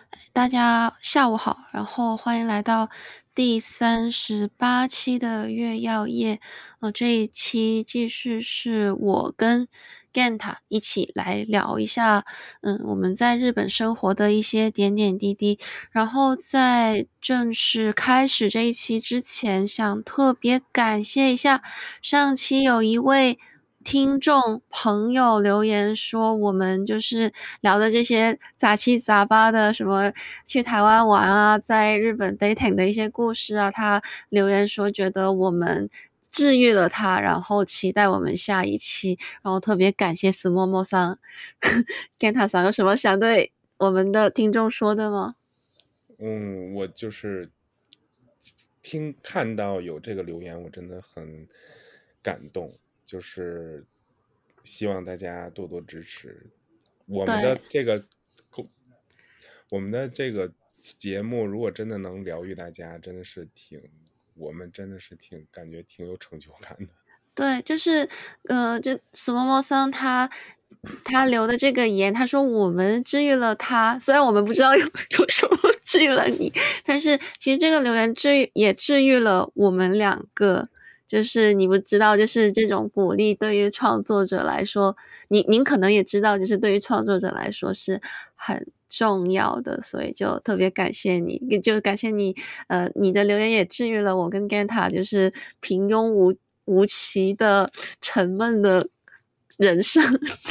大家下午好，然后欢迎来到第38期的月曜夜。这一期继续是我跟 Genta 一起来聊一下，我们在日本生活的一些点点滴滴。然后在正式开始这一期之前，想特别感谢一下上期有一位听众朋友留言说，我们就是聊的这些杂七杂八的，什么去台湾玩啊，在日本 dating 的一些故事啊，他留言说觉得我们治愈了他，然后期待我们下一期，然后特别感谢死默默桑，Genta 桑有什么想对我们的听众说的吗？ 我就是看到有这个留言，我真的很感动，就是希望大家多多支持我们的对。 这个节目，如果真的能疗愈大家，我们真的是感觉挺有成就感的。 对，就是就死猫猫桑他留的这个言，他说我们治愈了他，虽然我们不知道有什么治愈了你，但是其实这个留言也治愈了我们两个。就是你不知道，就是这种鼓励对于创作者来说，您可能也知道，就是对于创作者来说是很重要的，所以就特别感谢你，就感谢你，你的留言也治愈了我跟 Genta，就是平庸无奇的沉闷的人生。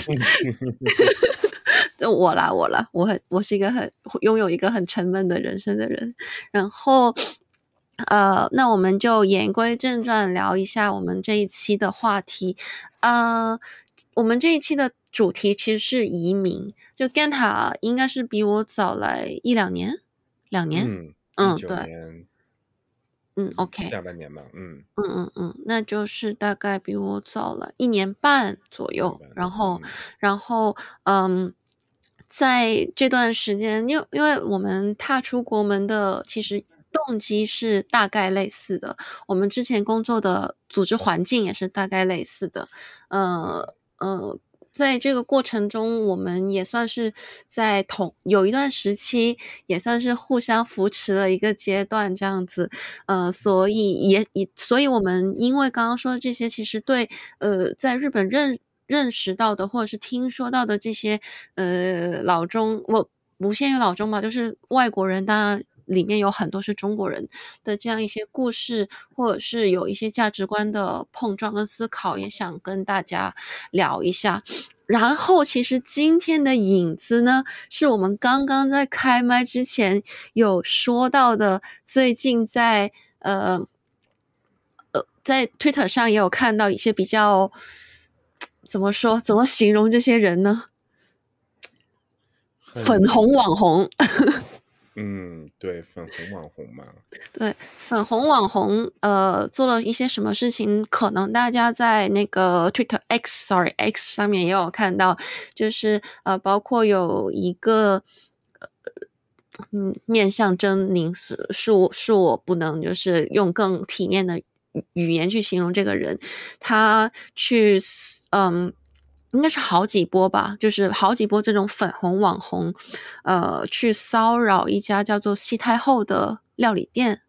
我啦，我是一个拥有一个很沉闷的人生的人。然后那我们就言归正传，聊一下我们这一期的话题。我们这一期的主题其实是移民，就 Genta 应该是比我早来1-2年，2年。 19 对。 年 OK。 下半年吧。 那就是大概比我早了1年半左右。然后在这段时间，因为我们踏出国门的其实动机是大概类似的，我们之前工作的组织环境也是大概类似的。在这个过程中，我们也算是有一段时期，也算是互相扶持的一个阶段，这样子。所以我们因为刚刚说的这些，其实对在日本认识到的或者是听说到的这些不限于老中吧，就是外国人，当然里面有很多是中国人的这样一些故事，或者是有一些价值观的碰撞跟思考，也想跟大家聊一下。然后其实今天的引子呢，是我们刚刚在开麦之前有说到的，最近在Twitter 上也有看到一些比较怎么形容这些人呢？粉红网红。 对，粉红网红嘛。 对，粉红网红做了一些什么事情，可能大家在那个 X 上面也有看到，就是包括有一个面向狰狞，是我不能就是用更体面的语言去形容这个人，他去应该是好几波吧，就是好几波这种粉红网红去骚扰一家叫做西太后的料理店。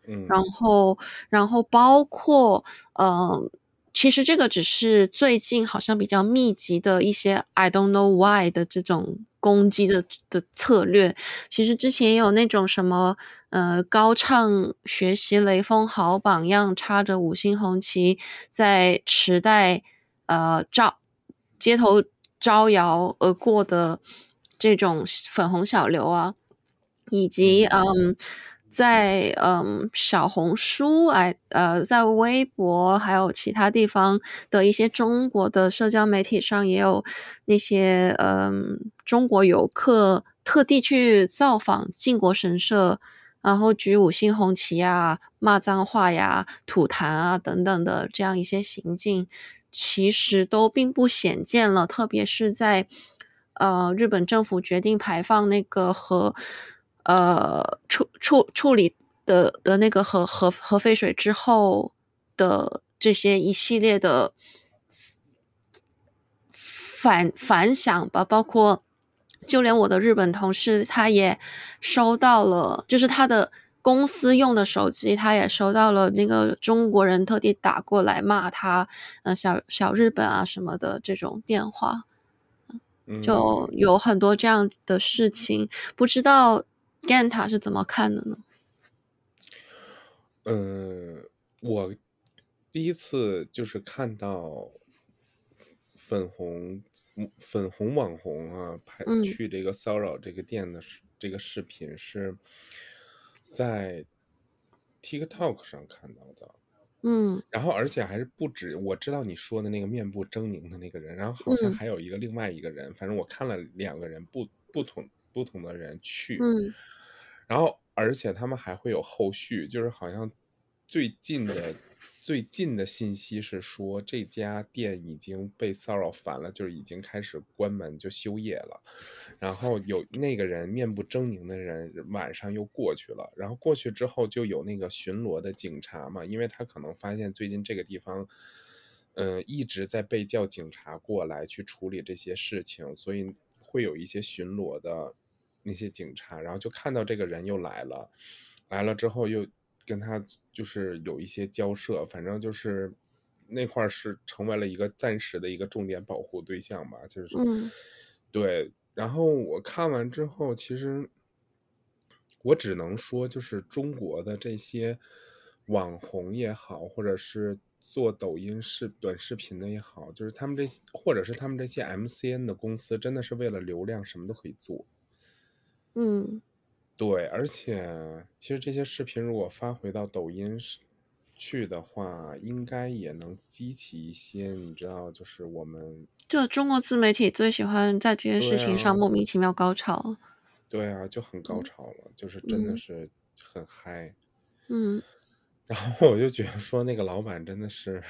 然后包括其实这个只是最近好像比较密集的一些 I don't know why 的这种攻击的策略。其实之前也有那种什么高唱学习雷锋好榜样，插着5星红旗在池袋街头招摇而过的这种粉红小流啊，以及在小红书在微博还有其他地方的一些中国的社交媒体上，也有那些中国游客特地去造访靖国神社，然后举5星红旗啊、骂脏话呀、吐痰啊等等的这样一些行径，其实都并不鲜见了，特别是在日本政府决定排放那个处理的那个核废水之后的这些一系列的反响吧，包括就连我的日本同事他也收到了，就是他的公司用的手机，他也收到了那个中国人特地打过来骂他，小日本啊什么的这种电话，就嗯。 有很多这样的事情，不知道 Ganta 是怎么看的呢？ 我第一次就是看到粉红粉红网红啊， 嗯去这个骚扰这个店的这个视频是在 TikTok 上看到的。 嗯然后而且还是不止，我知道你说的那个面部狰狞的那个人，然后好像嗯还有另外一个人，反正我看了两个人不同的人去， 嗯然后而且他们还会有后续，就是好像最近的最近的信息是说这家店已经被骚扰烦了，就是已经开始关门就休业了。然后有那个人面部狰狞的人晚上又过去了，然后过去之后就有那个巡逻的警察嘛，因为他可能发现最近这个地方，一直在被叫警察过来去处理这些事情，所以会有一些巡逻的那些警察，然后就看到这个人又来了，来了之后又跟他就是有一些交涉，反正就是那块是成为了一个暂时的一个重点保护对象吧，就是嗯对。然后我看完之后，其实我只能说，就是中国的这些网红也好，或者是做抖音短视频的也好，就是他们这些，或者是他们这些 MCN 的公司，真的是为了流量什么都可以做。 嗯。 对，而且其实这些视频如果发回到抖音去的话，应该也能激起一些，你知道，就是我们就中国自媒体最喜欢在这件事情上对啊， 莫名其妙高潮。 对啊，就很高嗯潮了，就是真的嗯是很嗨。 嗯， 然后我就觉得说那个老板真的是，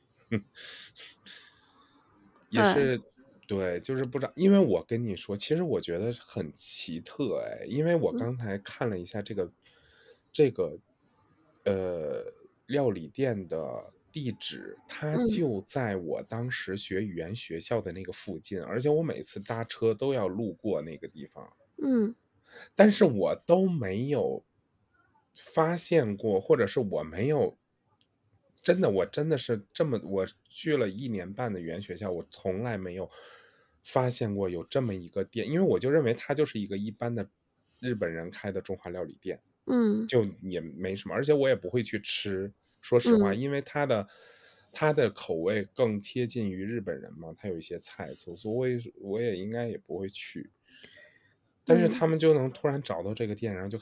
也对， 是对，就是不知道，因为我跟你说，其实我觉得很奇特哎，因为我嗯刚才看了一下这个呃料理店的地址，它嗯就在我当时学语言学校的那个附近，而且我每次搭车都要路过那个地方。 嗯但是我都没有发现过，或者是我没有真的，我真的是我去了1年半的语言学校，我从来没有发现过有这么一个店，因为我就认为它就是一个一般的日本人开的中华料理店， 嗯就也没什么，而且我也不会去吃，说实话， 嗯因为它的口味更贴近于日本人嘛，它有一些菜，所以我也应该也不会去。但是嗯， 他们就能突然找到这个店，然后就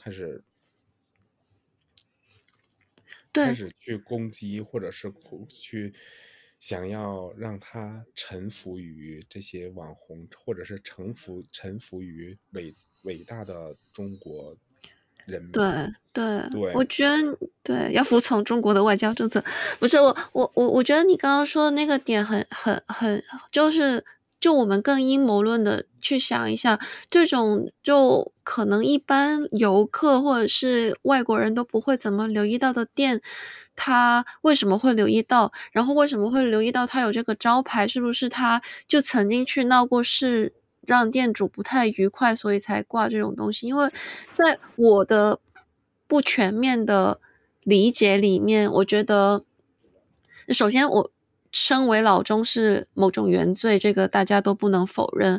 开对始去攻击，或者是去想要让他臣服于这些网红，或者是臣服于伟大的中国人对民。 对，我对， 觉得对要服从中国的外交政策。不是我觉得你刚刚说的那个点很，就我们更阴谋论的去想一下，这种就可能一般游客或者是外国人都不会怎么留意到的店，他为什么会留意到？然后为什么会留意到他有这个招牌？是不是他就曾经去闹过事，让店主不太愉快，所以才挂这种东西？因为在我的不全面的理解里面，我觉得首先我身为老中是某种原罪，这个大家都不能否认。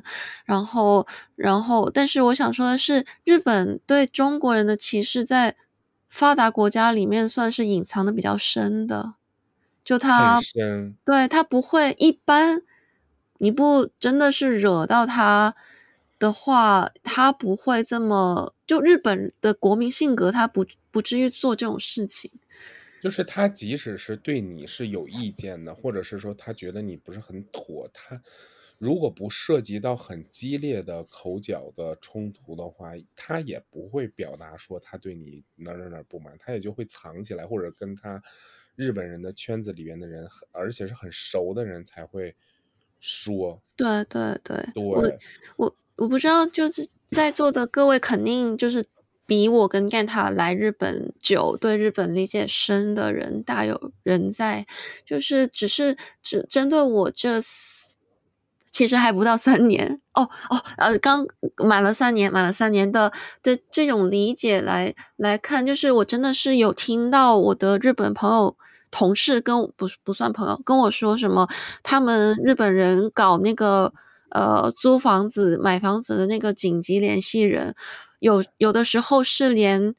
但是我想说的是，日本对中国人的歧视在发达国家里面算是隐藏的比较深的。就很他深。 对，他不会一般你不真的是惹到他的话，他不会这么就日本的国民性格，他不至于做这种事情。 就是他即使是对你是有意见的，或者是说他觉得你不是很妥，他如果不涉及到很激烈的口角的冲突的话，他也不会表达说他对你哪儿不满，他也就会藏起来，或者跟他日本人的圈子里边的人，而且是很熟的人才会说。 对对对， 对， 我不知道，就是在座的各位肯定就是比我跟干塔来日本久，对日本理解深的人大有人在，就是只针对我其实还不到3年刚满了3年的这种理解来看，就是我真的是有听到我的日本朋友同事跟我不算朋友跟我说什么，他们日本人搞那个租房子买房子的那个紧急联系人，有的时候是连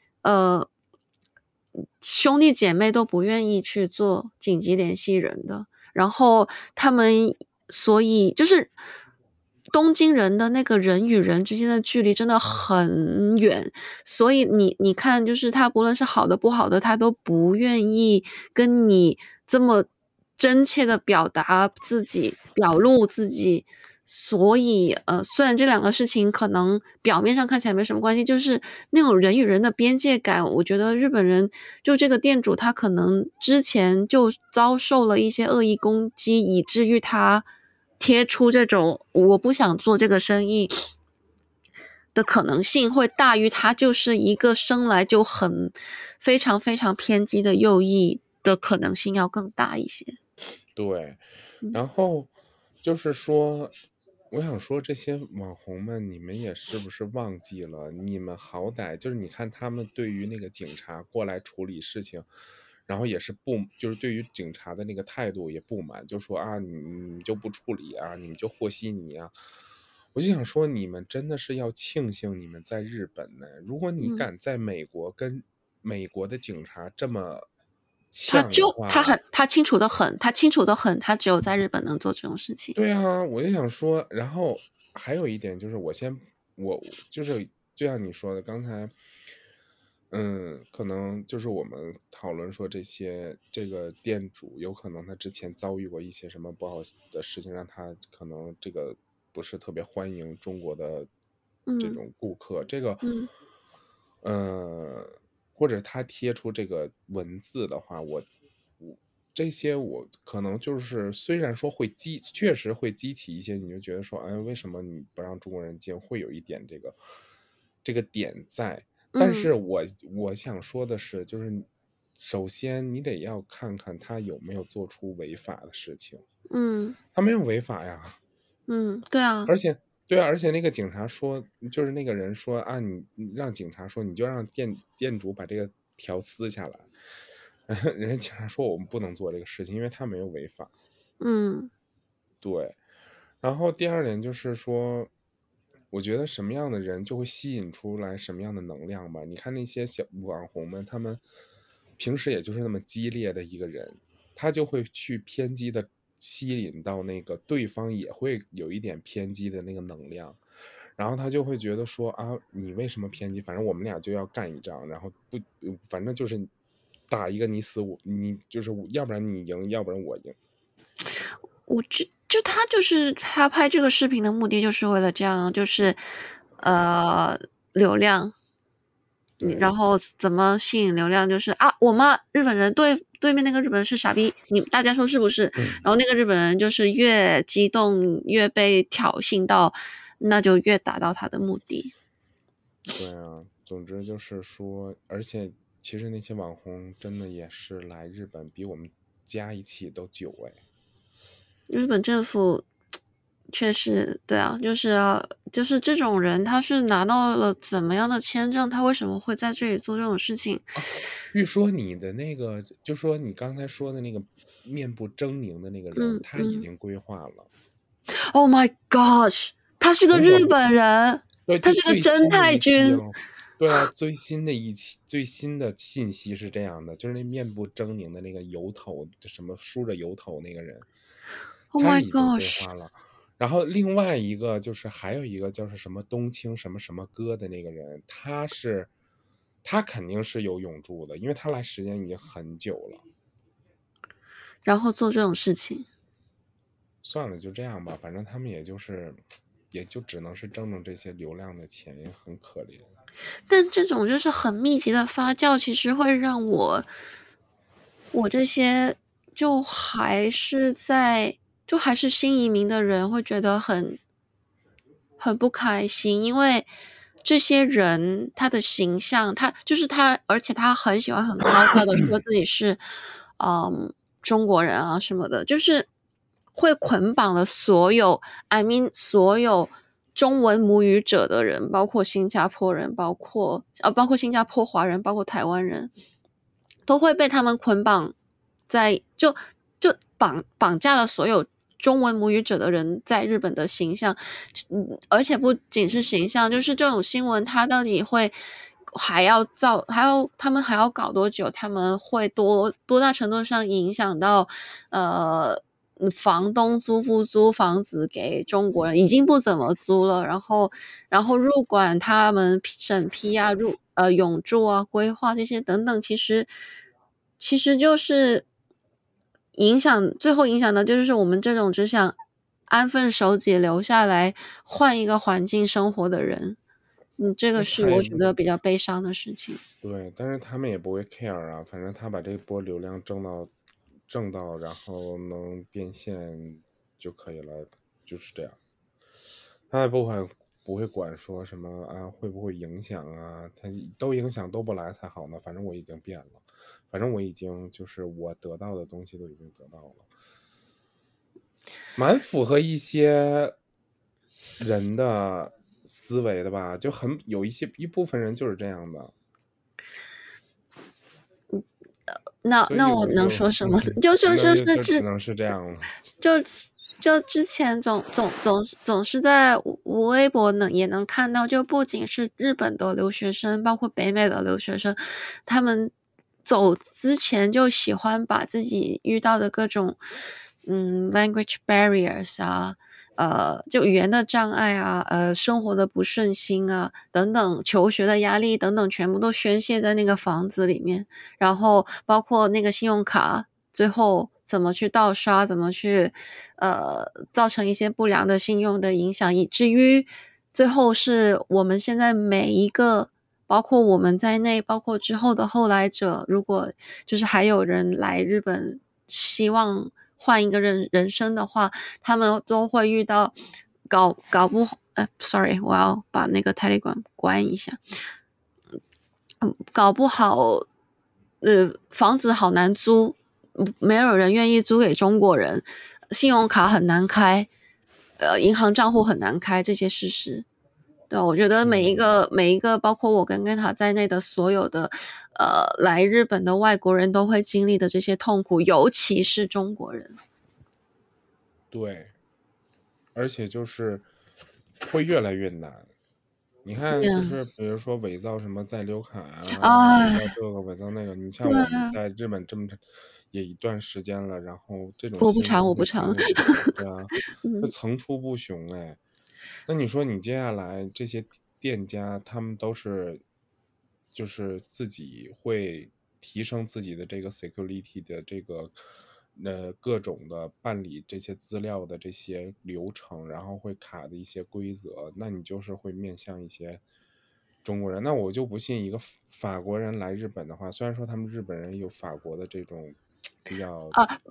兄弟姐妹都不愿意去做紧急联系人的，然后他们所以就是东京人的那个人与人之间的距离真的很远，所以你看，就是他不论是好的不好的，他都不愿意跟你这么真切的表达自己，表露自己。所以虽然这两个事情可能表面上看起来没什么关系，就是那种人与人的边界感，我觉得日本人就这个店主他可能之前就遭受了一些恶意攻击，以至于他贴出这种我不想做这个生意的可能性会大于他就是一个生来就很非常非常偏激的右翼的可能性要更大一些。 对，然后就是说，我想说这些网红们，你们也是不是忘记了？你们好歹就是你看他们对于那个警察过来处理事情，然后也是就是对于警察的那个态度也不满，就说啊，你就不处理啊，你们就和稀泥啊。我就想说，你们真的是要庆幸你们在日本呢。如果你敢在美国跟美国的警察这么呛的话， 他清楚的很，他只有在日本能做这种事情。 对啊，我就想说，然后还有一点就是，我就是就像你说的，刚才，可能就是我们讨论说这个店主有可能他之前遭遇过一些什么不好的事情，让他可能这个不是特别欢迎中国的这种顾客，这个，或者他贴出这个文字的话，这些我可能就是虽然说确实会激起一些，你就觉得说，哎，为什么你不让中国人进？会有一点这个点在。但是我想说的是，就是首先你得要看看他有没有做出违法的事情。他没有违法呀。 对啊。 对啊，而且那个警察说，就是那个人说啊，你让警察说，你就让店主把这个条撕下来。人家警察说我们不能做这个事情，因为他没有违法。对。然后第二点就是说，我觉得什么样的人就会吸引出来什么样的能量吧。你看那些小网红们，他们平时也就是那么激烈的一个人，他就会去偏激的吸引到那个对方也会有一点偏激的那个能量，然后他就会觉得说啊，你为什么偏激？反正我们俩就要干一仗，然后反正就是打一个你死你就是要不然你赢，要不然我赢。 他拍这个视频的目的就是为了这样，就是流量。然后怎么吸引流量？就是啊，我们日本人对面那个日本人是傻逼，大家说是不是？然后那个日本人就是越激动越被挑衅到，那就越达到他的目的。 对啊，总之就是说，而且其实那些网红真的也是来日本比我们加一起都久哎。 日本政府确实对啊，就是这种人，他是拿到了怎么样的签证？他为什么会在这里做这种事情？ 据说你的那个，就说你刚才说的那个面部狰狞的那个人，他已经规划了。 Oh my gosh， 他是个日本人，他是个真太君。 对啊，最新的信息是这样的，就是那面部狰狞的那个油头，什么梳着油头那个人，他已经规划了。然后另外一个就是还有一个叫是什么东青什么什么哥的那个人，他肯定是有永驻的，因为他来时间已经很久了。 然后做这种事情， 算了，就这样吧，反正他们也就只能是挣这些流量的钱，也很可怜。 但这种就是很密集的发酵，其实会让我这些就还是新移民的人会觉得很不开心，因为这些人他的形象，而且他很喜欢很高调的说自己是中国人啊什么的，就是会捆绑了所有 I mean 所有中文母语者的人，包括新加坡人，包括新加坡华人，包括台湾人，都会被他们捆绑在就绑架了所有中文母语者的人在日本的形象，而且不仅是形象，就是这种新闻它到底会他们还要搞多久？他们会多大程度上影响到房东租不租房子给中国人？已经不怎么租了，然后入管他们审批啊，永住啊、规划这些等等，其实就是最后影响的就是我们这种只想安分守己留下来换一个环境生活的人。这个是我觉得比较悲伤的事情。 对，但是他们也不会 care 啊，反正他把这波流量挣到，然后能变现就可以了，就是这样。他也不会管说什么啊会不会影响啊，他都影响都不来才好呢。反正我已经变了，反正我已经就是我得到的东西都已经得到了，蛮符合一些人的思维的吧，就很有一部分人就是这样的。 那我能说什么？就只能是这样了。 就之前总是在微博也能看到，就不仅是日本的留学生，包括北美的留学生，他们走之前就喜欢把自己遇到的各种language barriers 啊，就语言的障碍啊，生活的不顺心啊等等，求学的压力等等，全部都宣泄在那个房子里面，然后包括那个信用卡最后怎么去盗刷，怎么去造成一些不良的信用的影响，以至于最后是我们现在每一个，包括我们在内，包括之后的后来者，如果就是还有人来日本希望换一个人生的话，他们都会遇到搞不sorry， 我要把那个 Telegram 关一下。搞不好房子好难租，没有人愿意租给中国人，信用卡很难开，银行账户很难开，这些事实。对，我觉得每一个包括我跟他在内的所有的来日本的外国人都会经历的这些痛苦，尤其是中国人。 对，而且就是会越来越难。你看，就是比如说伪造什么在留卡啊，伪造这个伪造那个，你像我们在日本这么也一段时间了，然后这种我不长， 对啊，就层出不穷哎。那你说你接下来这些店家，他们都是就是自己会提升自己的这个 security 的这个各种的办理这些资料的这些流程，然后会卡的一些规则，那你就是会面向一些中国人。那我就不信一个法国人来日本的话，虽然说他们日本人有法国的这种比较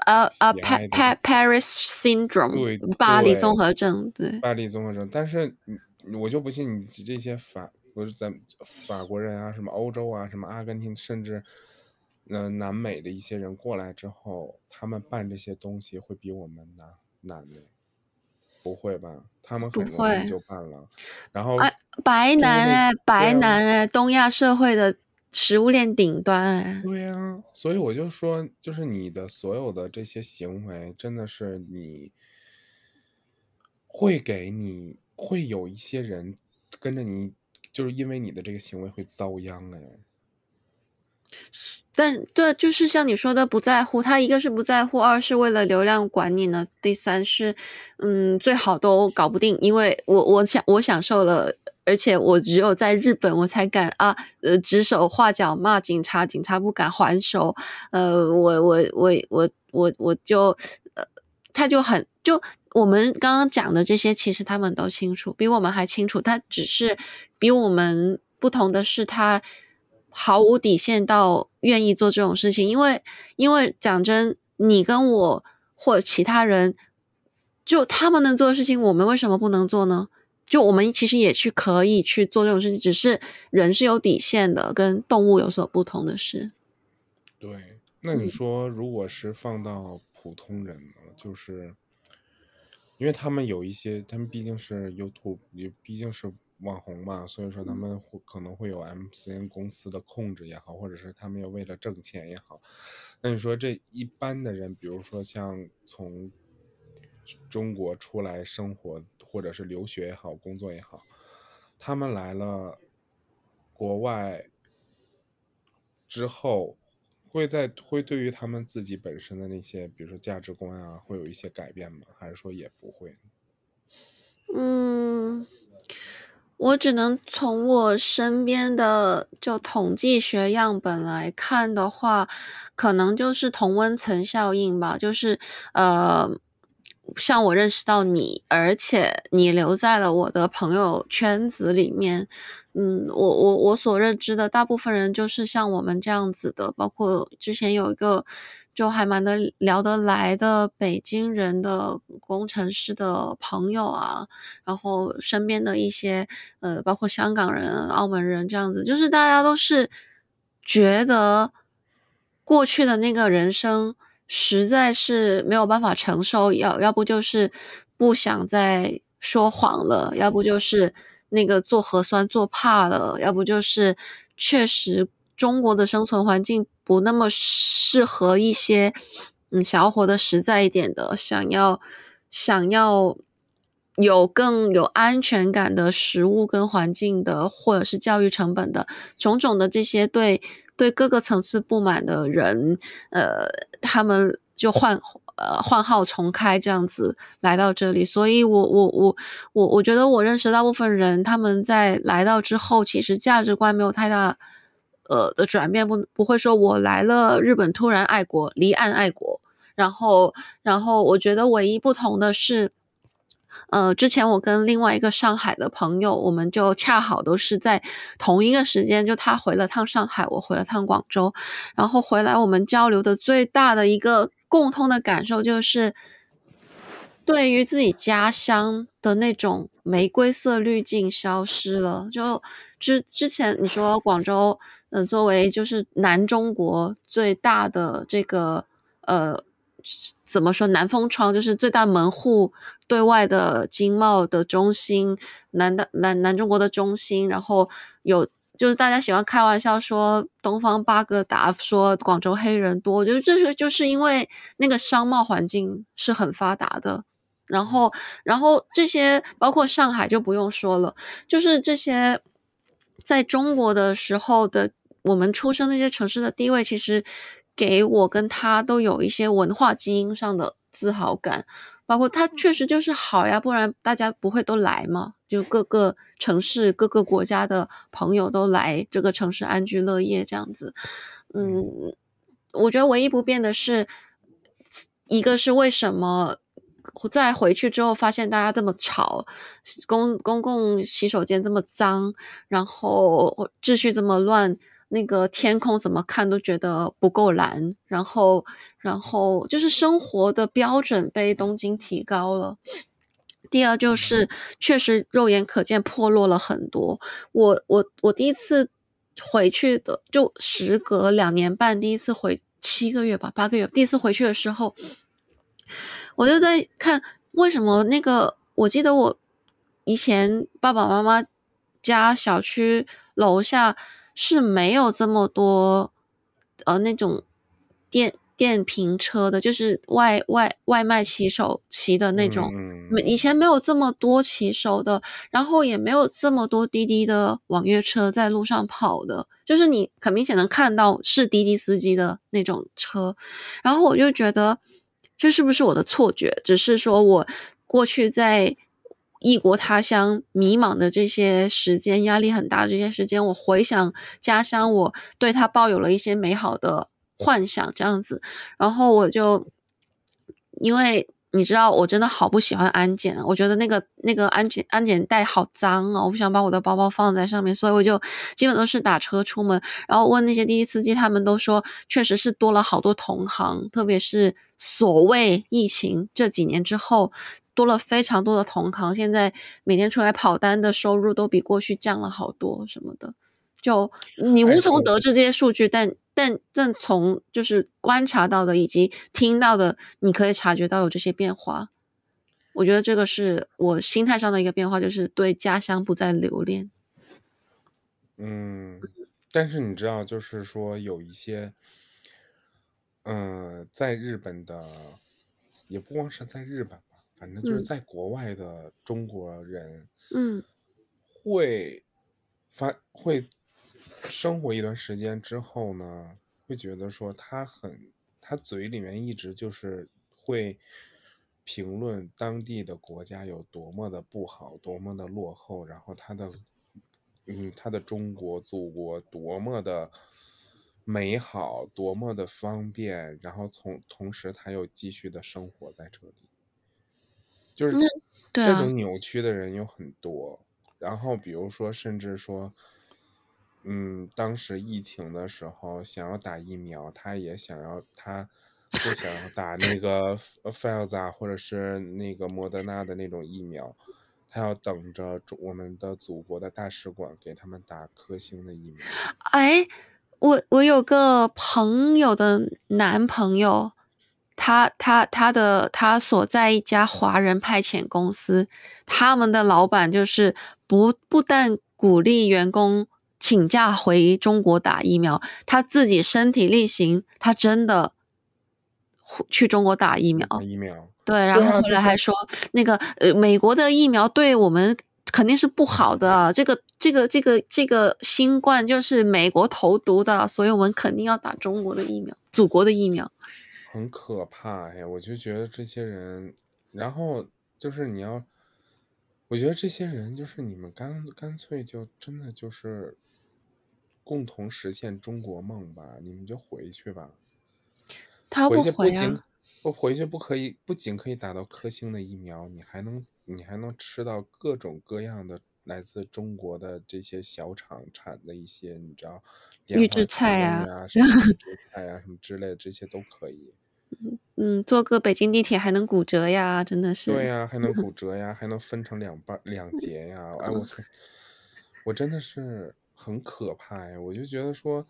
Paris syndrome， 对， 巴黎综合症，对， 巴黎综合症，但是我就不信你这些不是咱法国人啊，什么欧洲啊，什么阿根廷，甚至南美的一些人过来之后，他们办这些东西会比我们难呢？不会吧？他们很容易就办了。然后白男东亚社会的食物链顶端对啊，所以我就说，就是你的所有的这些行为，真的是你会有一些人跟着你，就是因为你的这个行为会遭殃哎。 但对，就是像你说的不在乎，他一个是不在乎，二是为了流量管你呢，第三是最好都搞不定，因为我享受了，而且我只有在日本我才敢指手画脚骂警察，警察不敢还手，我就他就我们刚刚讲的这些，其实他们都清楚，比我们还清楚，他只是比我们不同的是他毫无底线到愿意做这种事情，因为讲真，你跟我或者其他人，就他们能做的事情，我们为什么不能做呢？就我们其实也可以去做这种事情，只是人是有底线的，跟动物有所不同的是。 对，那你说如果是放到普通人呢，就是因为他们有一些，他们毕竟是 YouTube，也毕竟是网红嘛，所以说他们可能会有 MCN 公司的控制也好，或者是他们要为了挣钱也好。那你说这一般的人，比如说像从中国出来生活，或者是留学也好，工作也好，他们来了国外之后，会对于他们自己本身的那些，比如说价值观啊，会有一些改变吗？还是说也不会？ 嗯，我只能从我身边的就统计学样本来看的话，可能就是同温层效应吧，就是像我认识到你，而且你留在了我的朋友圈子里面，我所认知的大部分人就是像我们这样子的，包括之前有一个就还蛮聊得来的北京人的工程师的朋友啊，然后身边的一些包括香港人、澳门人这样子，就是大家都是觉得过去的那个人生实在是没有办法承受，要不就是不想再说谎了，要不就是那个做核酸做怕了，要不就是确实中国的生存环境不那么适合一些想要活得实在一点的，想要有更有安全感的食物跟环境的，或者是教育成本的种种的这些对各个层次不满的人，他们就换号重开这样子来到这里，所以我觉得我认识大部分人，他们在来到之后，其实价值观没有太大的转变，不会说我来了日本突然爱国，离岸爱国，然后我觉得唯一不同的是。之前我跟另外一个上海的朋友，我们就恰好都是在同一个时间，就他回了趟上海，我回了趟广州，然后回来我们交流的最大的一个共通的感受就是，对于自己家乡的那种玫瑰色滤镜消失了。就之前你说广州，作为就是南中国最大的这个呃。怎么说？南风窗就是最大门户对外的经贸的中心，南中国的中心，然后就是大家喜欢开玩笑说东方巴格达，说广州黑人多，我觉得这个就是因为那个商贸环境是很发达的，然后这些包括上海就不用说了，就是这些在中国的时候的我们出生那些城市的地位，其实给我跟他都有一些文化基因上的自豪感，包括他确实就是好呀，不然大家不会都来嘛，就各个城市、各个国家的朋友都来这个城市安居乐业这样子。我觉得唯一不变的是，一个是为什么在回去之后发现大家这么吵，公共洗手间这么脏，然后秩序这么乱，那个天空怎么看都觉得不够蓝，然后就是生活的标准被东京提高了。第二就是确实肉眼可见破落了很多。我第一次回去的，就时隔2年半，第一次回7个月吧8个月，第一次回去的时候，我就在看为什么那个，我记得我以前爸爸妈妈家小区楼下是没有这么多那种电瓶车的，就是外卖骑手骑的那种，以前没有这么多骑手的，然后也没有这么多滴滴的网约车在路上跑的，就是你很明显能看到是滴滴司机的那种车，然后我就觉得这是不是我的错觉？只是说我过去在异国他乡迷茫的这些时间，压力很大的这些时间，我回想家乡，我对他抱有了一些美好的幻想，这样子，然后我就因为你知道，我真的好不喜欢安检啊，我觉得那个安检带好脏哦，我不想把我的包包放在上面，所以我就基本都是打车出门。然后问那些滴滴司机，他们都说确实是多了好多同行，特别是所谓疫情这几年之后，多了非常多的同行，现在每天出来跑单的收入都比过去降了好多什么的。就你无从得知这些数据，但从就是观察到的以及听到的，你可以察觉到有这些变化。 我觉得这个是我心态上的一个变化，就是对家乡不再留恋。 但是你知道，就是说有一些，在日本的，也不光是在日本吧，反正就是在国外的中国人，会会生活一段时间之后呢，会觉得说他嘴里面一直就是会评论当地的国家有多么的不好，多么的落后，然后他的中国祖国多么的美好，多么的方便，然后同时他又继续的生活在这里，就是对啊， 这种扭曲的人有很多。然后比如说，甚至说，当时疫情的时候想要打疫苗，他不想要打那个Pfizer 或者是那个莫德纳的那种疫苗，他要等着我们的祖国的大使馆给他们打科兴的疫苗。 哎，我有个朋友的男朋友，他所在一家华人派遣公司，他们的老板就是不但鼓励员工请假回中国打疫苗，他自己身体力行，他真的去中国打疫苗。 打疫苗， 对，然对啊， 后后就是来还说那个美国的疫苗对我们肯定是不好的，这个新冠就是美国投毒的，所以我们肯定要打中国的疫苗，祖国的疫苗。 很可怕哎，我就觉得这些人，然后就是我觉得这些人就是你们干脆就真的就是共同实现中国梦吧，你们就回去吧。 他不回去回啊。 不仅可以打到科兴的疫苗，你还能吃到各种各样的来自中国的这些小厂产的一些，你知道，莲预制花清菜啊， 瘟呀，什么预制菜呀，什么之类的，这些都可以。 坐个北京地铁还能骨折呀，真的是。 对呀，还能骨折呀，还能分成两截呀！哎，我真的是很可怕呀！我就觉得说，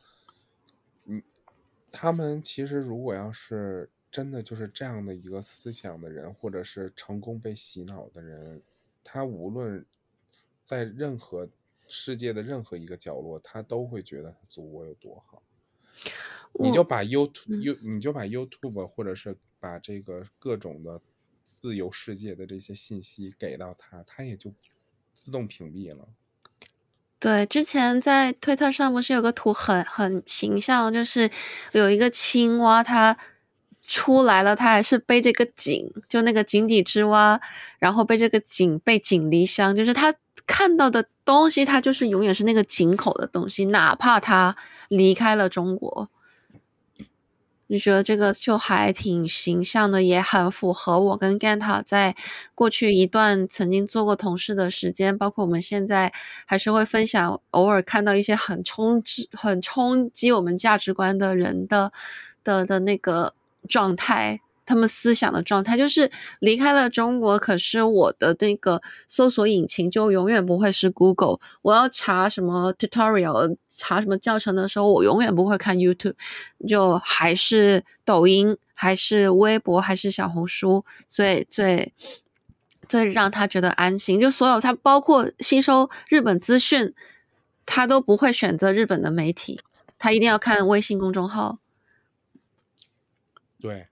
他们其实如果要是真的就是这样的一个思想的人，或者是成功被洗脑的人，他无论在世界的任何一个角落，他都会觉得他祖国有多好。你就我把 YouTube 或者是把这个各种的自由世界的这些信息给到他，他也就自动屏蔽了。 对，之前在推特上不是有个图很形象，就是有一个青蛙，它出来了，它还是背这个井，就那个井底之蛙，然后背这个井，背井离乡，就是它看到的东西，它就是永远是那个井口的东西，哪怕它离开了中国。就觉得这个就还挺形象的，也很符合我跟 Ganta 在过去一段曾经做过同事的时间，包括我们现在还是会分享，偶尔看到一些很冲击我们价值观的人的那个状态。他们思想的状态就是离开了中国，可是我的那个搜索引擎就永远不会是 Google。我要查什么 tutorial， 查什么教程的时候，我永远不会看 YouTube， 就还是抖音，还是微博，还是小红书，最让他觉得安心。就所有他包括吸收日本资讯，他都不会选择日本的媒体，他一定要看微信公众号。 对，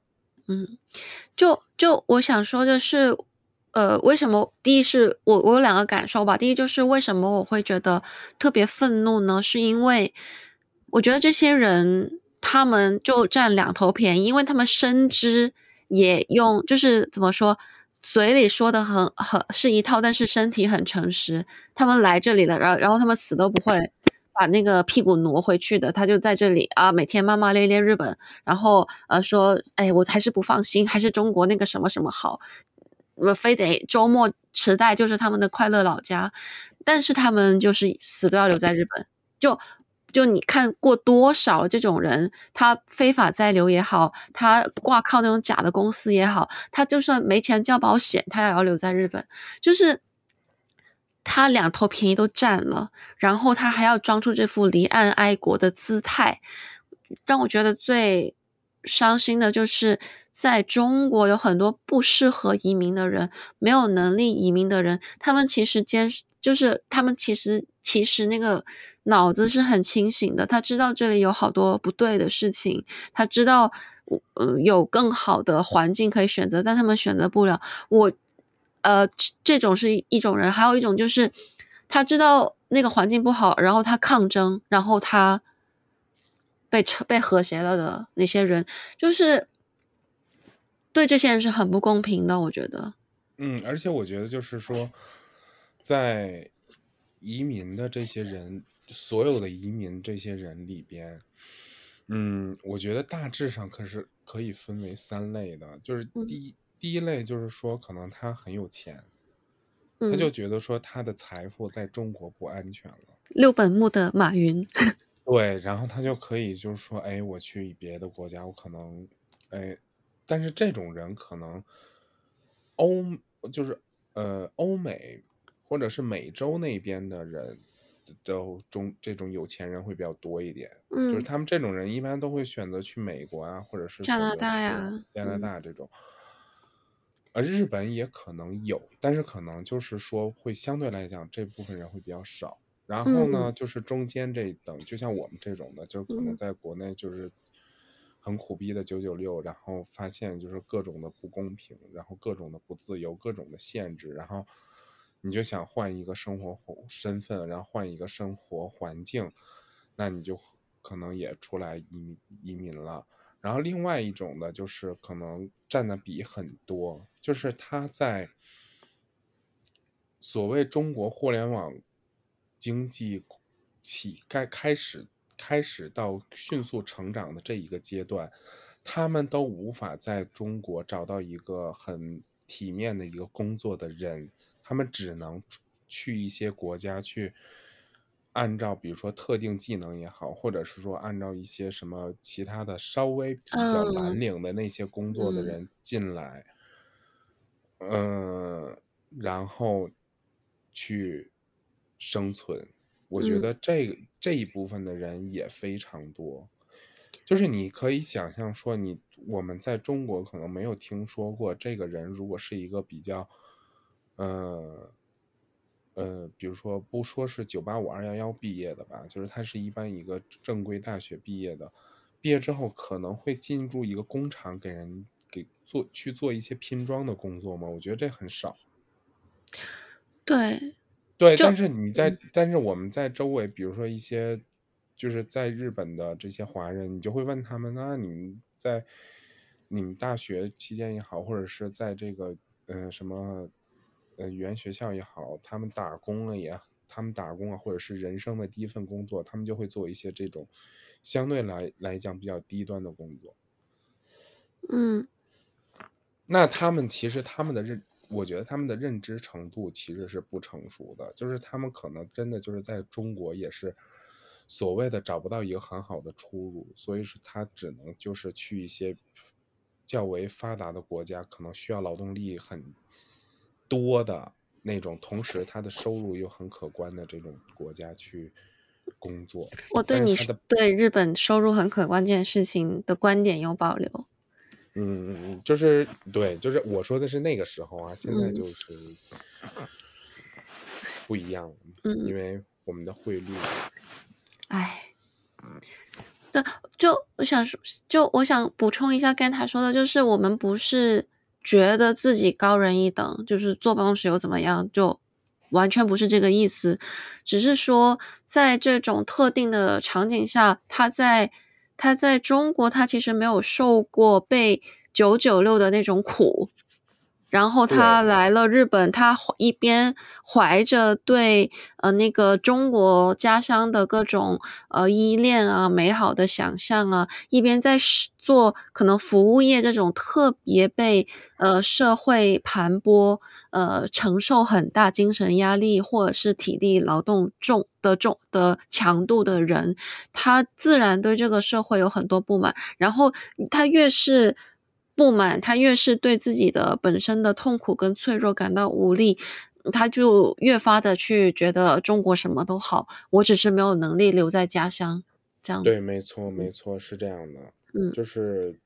就我想说的是，为什么？第一是我有两个感受吧。第一就是为什么我会觉得特别愤怒呢？是因为我觉得这些人他们就占两头便宜，因为他们深知也用就是怎么说，嘴里说的很是一套，但是身体很诚实。他们来这里了，然后他们死都不会把那个屁股挪回去的，他就在这里啊，每天骂骂咧咧日本，然后说，哎，我还是不放心，还是中国那个什么什么好，我非得周末池袋就是他们的快乐老家，但是他们就是死都要留在日本，就你看过多少这种人，他非法在留也好，他挂靠那种假的公司也好，他就算没钱交保险，他也要留在日本，就是他两头便宜都占了，然后他还要装出这副离岸爱国的姿态，让我觉得最伤心的就是在中国有很多不适合移民的人，没有能力移民的人，他们其实他们其实那个脑子是很清醒的，他知道这里有好多不对的事情，他知道有更好的环境可以选择，但他们选择不了。这种是一种人，还有一种就是他知道那个环境不好，然后他抗争，然后他被和谐了的那些人，就是对这些人是很不公平的，我觉得。 而且我觉得就是说，在移民的这些人，所有的移民这些人里边，我觉得大致上可以分为3类的，就是第一类就是说，可能他很有钱，他就觉得说他的财富在中国不安全了。 六本木的马云。 对，然后他就可以就是说，哎，我去别的国家，我可能，哎，但是这种人可能欧就是欧美或者是美洲那边的人这种有钱人会比较多一点，就是他们这种人一般都会选择去美国啊，或者是加拿选择去大呀。 加拿大这种。日本也可能有，但是可能就是说会相对来讲这部分人会比较少。然后呢，就是中间这一等，就像我们这种的，就是可能在国内就是很苦逼的996，然后发现就是各种的不公平，然后各种的不自由，各种的限制，然后你就想换一个生活身份，然后换一个生活环境，那你就可能也出来移民了。然后另外一种的就是可能占的比很多，就是他在所谓中国互联网经济开始到迅速成长的这一个阶段，他们都无法在中国找到一个很体面的一个工作的人，他们只能去一些国家去按照比如说特定技能也好，或者是说按照一些什么其他的稍微比较蓝领的那些工作的人进来，然后去生存。我觉得这一部分的人也非常多，就是你可以想象说我们在中国可能没有听说过这个人，如果是一个比较，比如说不说是985、211毕业的吧，就是他是一般一个正规大学毕业的，毕业之后可能会进入一个工厂去做一些拼装的工作吗？我觉得这很少。 对。 对，但是我们在周围，比如说一些就是在日本的这些华人，你就会问他们，那你们大学期间也好，或者是在这个什么语言学校也好，他们打工啊，或者是人生的第一份工作，他们就会做一些这种相对来讲比较低端的工作。那其实我觉得他们的认知程度其实是不成熟的，就是他们可能真的就是在中国也是所谓的找不到一个很好的出路，所以是他只能就是去一些较为发达的国家，可能需要劳动力很多的那种，同时他的收入又很可观的这种国家去工作。 我对你对日本收入很可观这件事情的观点有保留。 就是对，就是我说的是那个时候啊，现在就是不一样了，因为我们的汇率。 对，我想补充一下，跟他说的，就是我们不是觉得自己高人一等，就是坐办公室又怎么样，就完全不是这个意思，只是说在这种特定的场景下，他在中国，他其实没有受过被996的那种苦。然后他来了日本，他一边怀着对那个中国家乡的各种依恋啊、美好的想象啊，一边在做可能服务业这种特别被社会盘剥、承受很大精神压力或者是体力劳动重的强度的人，他自然对这个社会有很多不满，然后他越是不满，他越是对自己的本身的痛苦跟脆弱感到无力，他就越发的去觉得中国什么都好，我只是没有能力留在家乡，这样对， 子。 没错，没错，是这样的。 嗯就是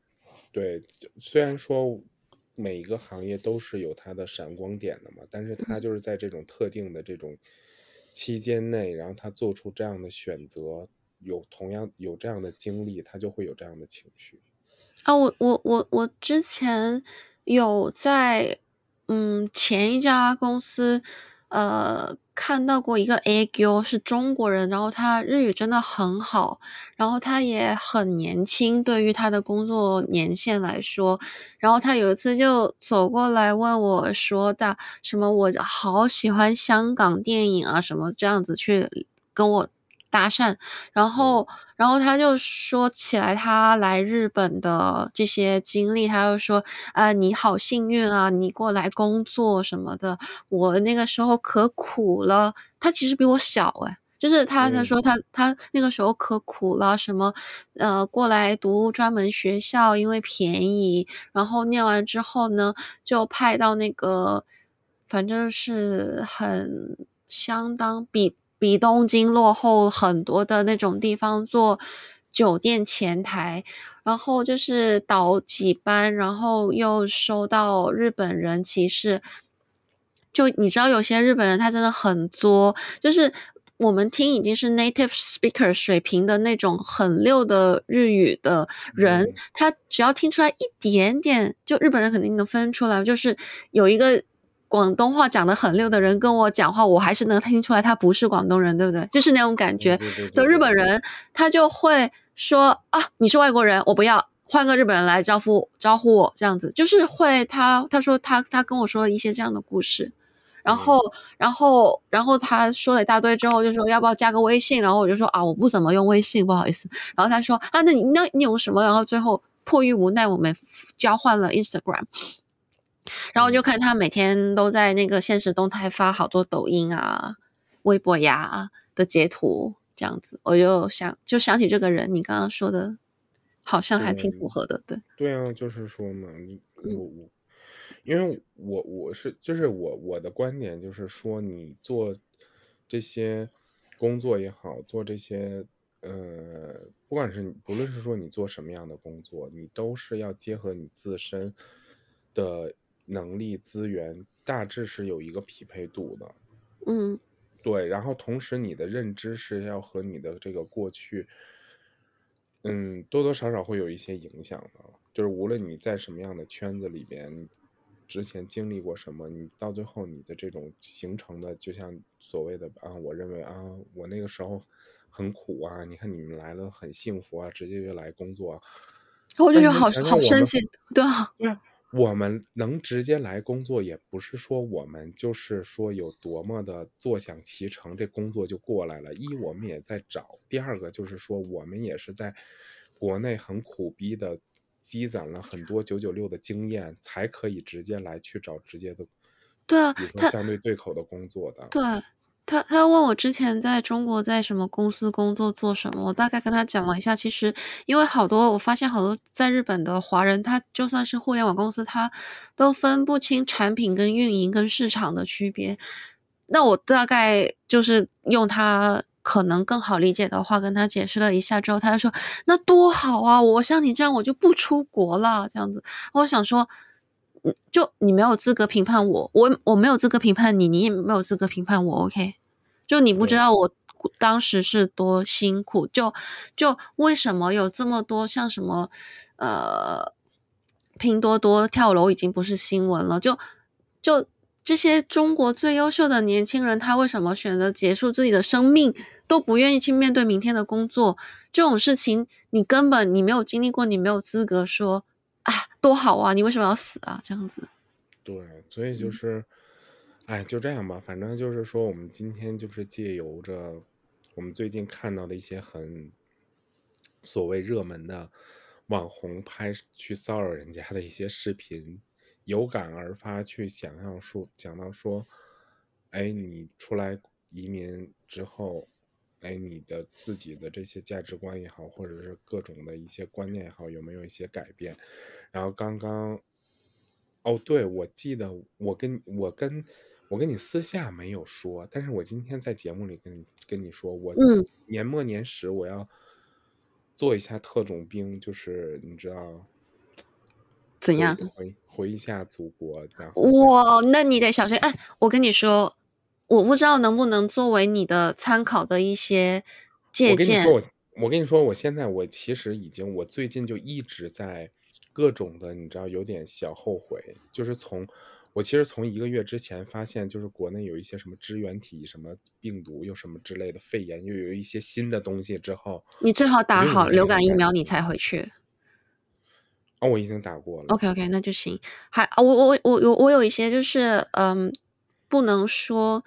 对，虽然说每一个行业都是有它的闪光点的嘛，但是他就是在这种特定的这种期间内，然后他做出这样的选择，同样有这样的经历，他就会有这样的情绪。 啊，我之前有在前一家公司看到过一个 AQ 是中国人，然后他日语真的很好，然后他也很年轻，对于他的工作年限来说，然后他有一次就走过来问我说的什么我好喜欢香港电影啊什么这样子去跟我搭讪，然后他就说起来他来日本的这些经历，他就说你好幸运啊，你过来工作什么的，我那个时候可苦了。他其实比我小就是他说他那个时候可苦了，什么过来读专门学校，因为便宜，然后念完之后呢，就派到那个反正是很相当比东京落后很多的那种地方做酒店前台，然后就是倒几班，然后又收到日本人歧视。就你知道有些日本人他真的很作，就是我们听已经是 native speaker 水平的那种很溜的日语的人，他只要听出来一点点，就日本人肯定能分出来，就是有一个广东话讲得很溜的人跟我讲话，我还是能听出来他不是广东人，对不对？就是那种感觉的日本人，他就会说啊，你是外国人，我不要。换个日本人来招呼我，这样子就是会他说他跟我说了一些这样的故事，然后他说了一大堆之后，就说要不要加个微信，然后我就说啊，我不怎么用微信，不好意思。然后他说啊，那你用什么？然后最后迫于无奈，我们交换了 Instagram。然后就看他每天都在那个现实动态发好多抖音啊、微博呀的截图，这样子，我就想起这个人，你刚刚说的，好像还挺符合的，对。 对啊，就是说嘛，因为我的观点就是说，你做这些工作也好，做这些不论是说你做什么样的工作，你都是要结合你自身的能力资源，大致是有一个匹配度的。 嗯对，然后同时你的认知是要和你的这个过去，多多少少会有一些影响的。就是无论你在什么样的圈子里边，你之前经历过什么，你到最后你的这种形成的，就像所谓的我认为我那个时候很苦啊，你看你们来了很幸福啊，直接就来工作啊。 我就觉得好那你想想我们生气，对啊， 对啊，我们能直接来工作，也不是说我们就是说有多么的坐享其成，这工作就过来了。一，我们也在找；第二个就是说，我们也是在国内很苦逼的积攒了很多996的经验，才可以直接来去找直接的， 对啊， 比如说相对对口的工作的。 对，他问我之前在中国在什么公司工作做什么，我大概跟他讲了一下。其实因为我发现好多在日本的华人，他就算是互联网公司，他都分不清产品跟运营跟市场的区别。那我大概就是用他可能更好理解的话跟他解释了一下之后，他就说那多好啊！我像你这样我就不出国了，这样子。我想说。就你没有资格评判我没有资格评判你，你也没有资格评判我，OK？就你不知对， 道我当时是多辛苦，就为什么有这么多像什么拼多多跳楼已经不是新闻了，就这些中国最优秀的年轻人，他为什么选择结束自己的生命，都不愿意去面对明天的工作？这种事情，你根本你没有经历过，你没有资格说啊，多好啊，你为什么要死啊？这样子。 对，所以就是，哎，就这样吧。反正就是说，我们今天就是借由着我们最近看到的一些很所谓热门的网红去骚扰人家的一些视频，有感而发，去讲到说，哎，你出来移民之后，哎，你的自己的这些价值观也好，或者是各种的一些观念也好，有没有一些改变？然后刚刚哦，对，我记得我跟你私下没有说，但是我今天在节目里跟你说，我嗯年末年始我要做一下特种兵，就是你知道， 怎样？ 回一下祖国，然后哇，那你得小心。哎，我跟你说，我不知道能不能作为你的参考的一些借鉴。 我跟你说，我现在其实我最近就一直在各种的，你知道有点小后悔，就是我其实从1个月之前发现，就是国内有一些什么支原体、什么病毒又什么之类的肺炎，又有一些新的东西之后， 你最好我就已打好流经很担感疫苗，你心。 才回去。 哦，我已经打过了。 OK，那就行。我有一些就是不能说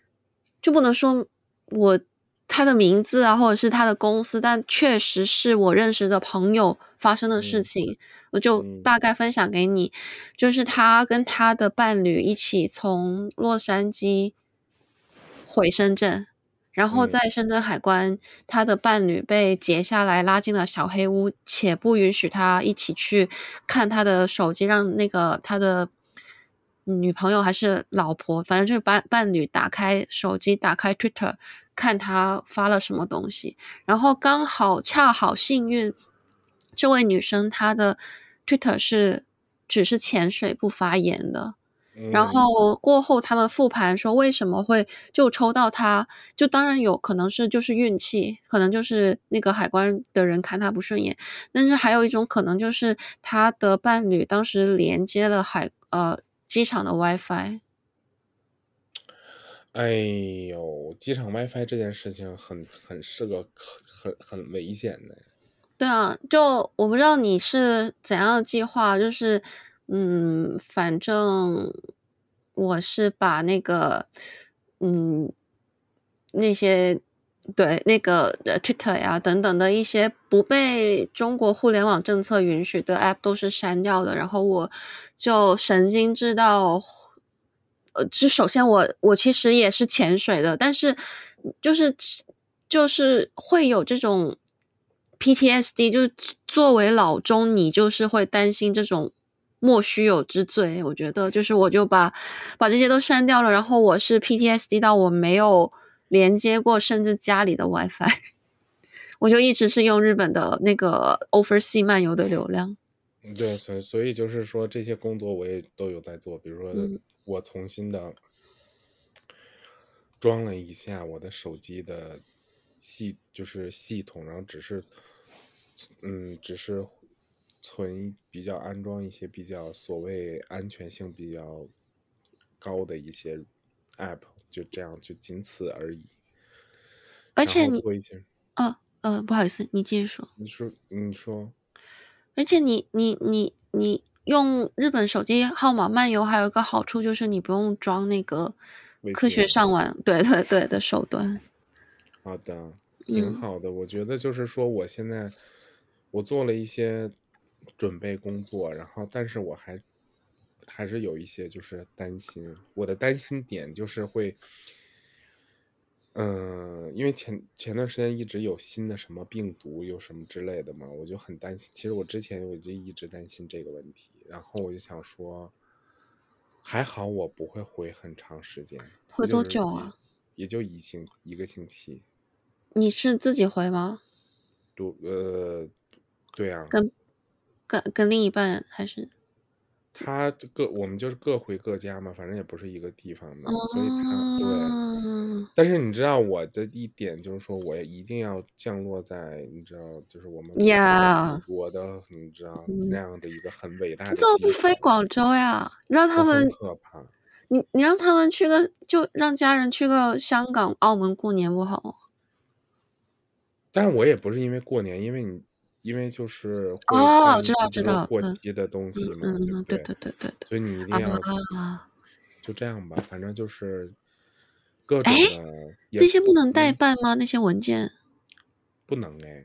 他的名字啊，或者是他的公司，但确实是我认识的朋友发生的事情，我就大概分享给你。就是他跟他的伴侣一起从洛杉矶回深圳，然后在深圳海关，他的伴侣被截下来拉进了小黑屋，且不允许他一起去看他的手机，让那个他的女朋友还是老婆，反正就是伴侣打开手机，打开 Twitter 看他发了什么东西，然后恰好幸运，这位女生她的 Twitter 只是潜水不发言的。然后过后他们复盘说为什么会就抽到他，就当然有可能是就是运气，可能就是那个海关的人看他不顺眼，但是还有一种可能就是他的伴侣当时连接了机场的 WiFi。 哎呦，机场 WiFi 这件事情是个很危险的。 对啊，就我不知道你是怎样的计划，就是反正我是把那个那些对那个Twitter 呀等等的一些不被中国互联网政策允许的 App 都是删掉的，然后我就神经质到首先我其实也是潜水的，但是就是会有这种 PTSD，就是作为老中你就是会担心这种莫须有之罪。我觉得就是我就把这些都删掉了，然后我是 PTSD 到我没有连接过甚至家里的 WiFi， 我就一直是用日本的那个 Oversea 漫游的流量。 对，所以就是说这些工作我也都有在做，比如说我重新的装了一下我的手机的就是系统，然后只是比较安装一些比较所谓安全性比较高的一些 app， 就这样就仅此而已。 而且然后做一些不好意思，你继续说。 你说。 而且你用日本手机号码漫游，还有一个好处就是你不用装那个科学上网对的手段。 好的，挺好的。我觉得就是说，我现在我做了一些准备工作，然后但是我还是有一些就是担心。我的担心点就是会，因为前段时间一直有新的什么病毒，有什么之类的嘛，我就很担心。其实我之前我就一直担心这个问题，然后我就想说，还好我不会回很长时间， 回多久啊？ 也就一个星期。 你是自己回吗？ 对啊。 跟另一半还是？ 我们就是各回各家嘛，反正也不是一个地方的，所以对。 哦， 但是你知道我的一点就是说，我也一定要降落在你知道，就是我们呀， 国的你知道那样的一个很伟大的你怎么不机场， 飞广州呀？让他我很们， 可怕。 你让他们就让家人去个香港、澳门过年不好吗？ 但是我也不是因为过年，因为就是会办知一些比如说道， 过期的东西嘛，对不对？ 对， 所以你一定要啊， 就这样吧，反正就是各哎， 种的那些不能代办吗？那些文件？ 不能哎。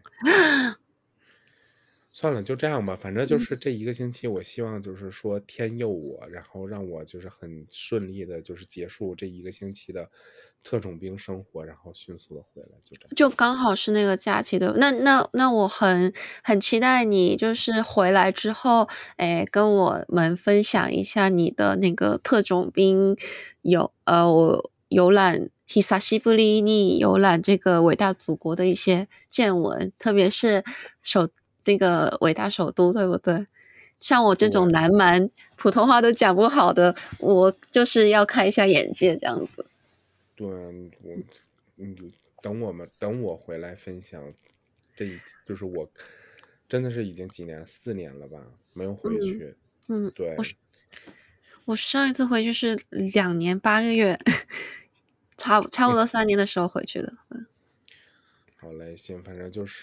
算了，就这样吧。反正就是这一个星期，我希望就是说天佑我，然后让我就是很顺利的，就是结束这一个星期的特种兵生活，然后迅速的回来，就这样。 就刚好是那个假期的，那我很期待你就是回来之后，跟我们分享一下你的那个特种兵游览 Hisashiburi 你游览这个伟大祖国的一些见闻，特别是那个伟大首都，对不对？ 像我这种对南蛮普通话都讲不好的，我就是要开一下眼界这样子。 对，嗯，等我回来分享就是我真的是已经几年4年了吧，没有回嗯去。 嗯， 对， 我上一次回去是2年8个月，差不多3年的时候回去的。 好嘞，行，反正就是，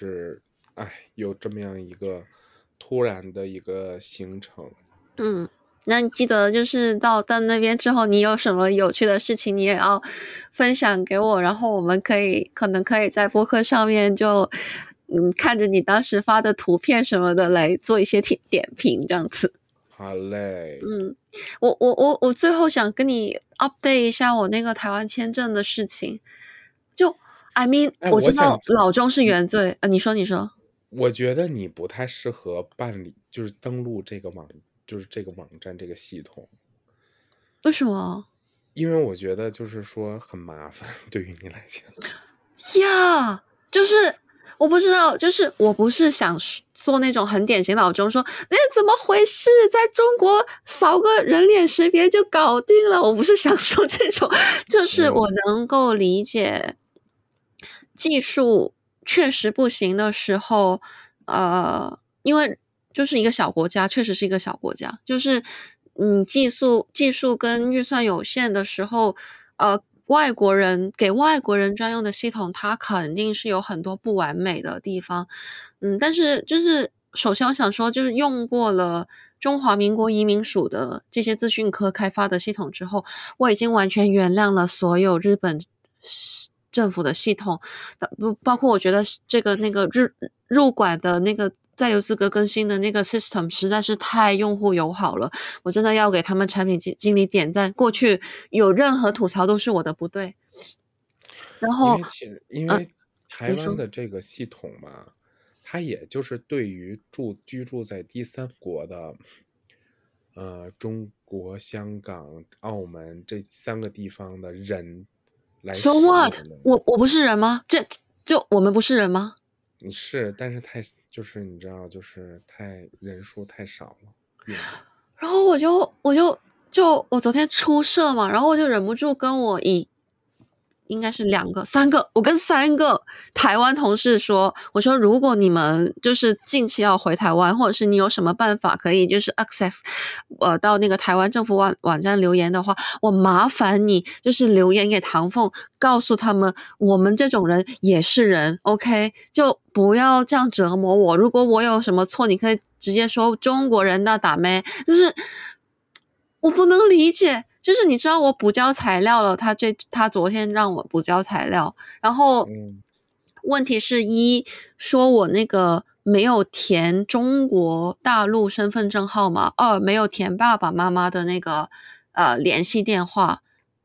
哎，有这么样一个突然的一个行程。 嗯，那你记得就是到那边之后，你有什么有趣的事情，你也要分享给我，然后我们可能可以在播客上面就看着你当时发的图片什么的来做一些点评，这样子。 好嘞， 嗯，我最后想跟你 update 一下我那个台湾签证的事情。就 I mean， 哎， 我知我想道老中是原罪，你说， 我觉得你不太适合就是登录就是这个网站这个系统， 为什么因为我觉得就是说很麻烦，对于你来讲。 呀？就是我不知道，就是我不是想做那种很典型老中说，怎么回事？在中国扫个人脸识别就搞定了。我不是想说这种，就是我能够理解技术确实不行的时候，因为就是一个小国家，确实是一个小国家，就是技术跟预算有限的时候，给外国人专用的系统，它肯定是有很多不完美的地方，但是就是首先我想说，就是用过了中华民国移民署的这些资讯科开发的系统之后，我已经完全原谅了所有日本政府的系统，包括我觉得这个那个入管的那个在留资格更新的那个 system 实在是太用户友好了，我真的要给他们产品经理点赞。过去有任何吐槽都是我的不对，然后因为台你说湾的这个系统嘛，它也就是对于居住在第三国的，中国、香港、澳门这3个地方的人来 ，so 使用 what？ 的。 我不是人吗？就我们不是人吗？ 是，但是就是你知道，就是人数太少了，用的。 然后我昨天出社嘛，然后我就忍不住跟应该是3个，我跟3个台湾同事说，我说如果你们就是近期要回台湾，或者是你有什么办法可以就是 access 到那个台湾政府网站留言的话，我麻烦你就是留言给唐凤，告诉他们我们这种人也是人 ，OK， 就不要这样折磨我。如果我有什么错，你可以直接说中国人的打咩，就是我不能理解。就是你知道我补交材料了，他昨天让我补交材料，然后问题是说我那个没有填中国大陆身份证号码，2没有填爸爸妈妈的那个联系电话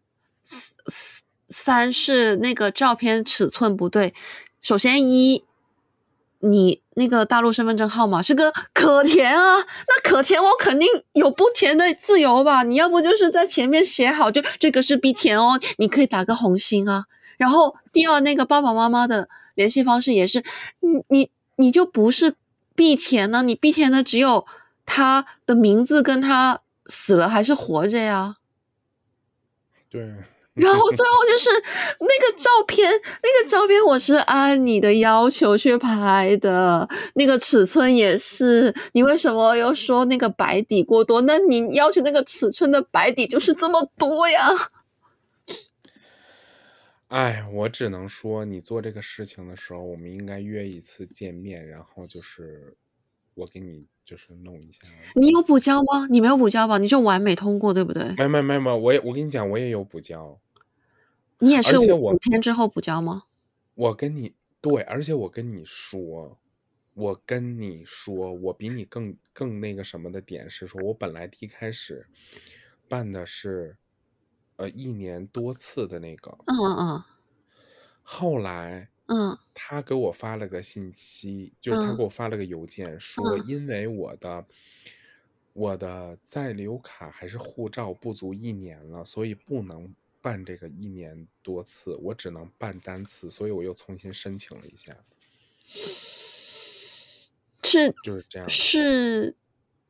，3是那个照片尺寸不对。首先你那个大陆身份证号码是个可填啊，那可填我肯定有不填的自由吧？你要不就是在前面写好，就这个是必填哦，你可以打个红心啊。然后第二，那个爸爸妈妈的联系方式也是，你就不是必填呢，你必填的只有他的名字跟他死了还是活着呀。 对。 然后最后就是那个照片我是按你的要求去拍的，那个尺寸也是，你为什么又说那个白底过多？那你要求那个尺寸的白底就是这么多呀？ 哎，我只能说，你做这个事情的时候，我们应该约一次见面，然后就是我给你就是弄一下。 你有补交吗？你没有补交吧？你就完美通过，对不对？ 没，我跟你讲，我也有补交。 你也是而且 5天之后补交吗？ 对，而且我跟你说，我比你更那个什么的点是说，我本来一开始办的是1年多次的那个，后来他给我发了个信息，就是他给我发了个邮件说，因为我的在留卡还是护照不足1年了，所以不能办这个1年多次，我只能办单次，所以我又重新申请了一下。就是这样。 是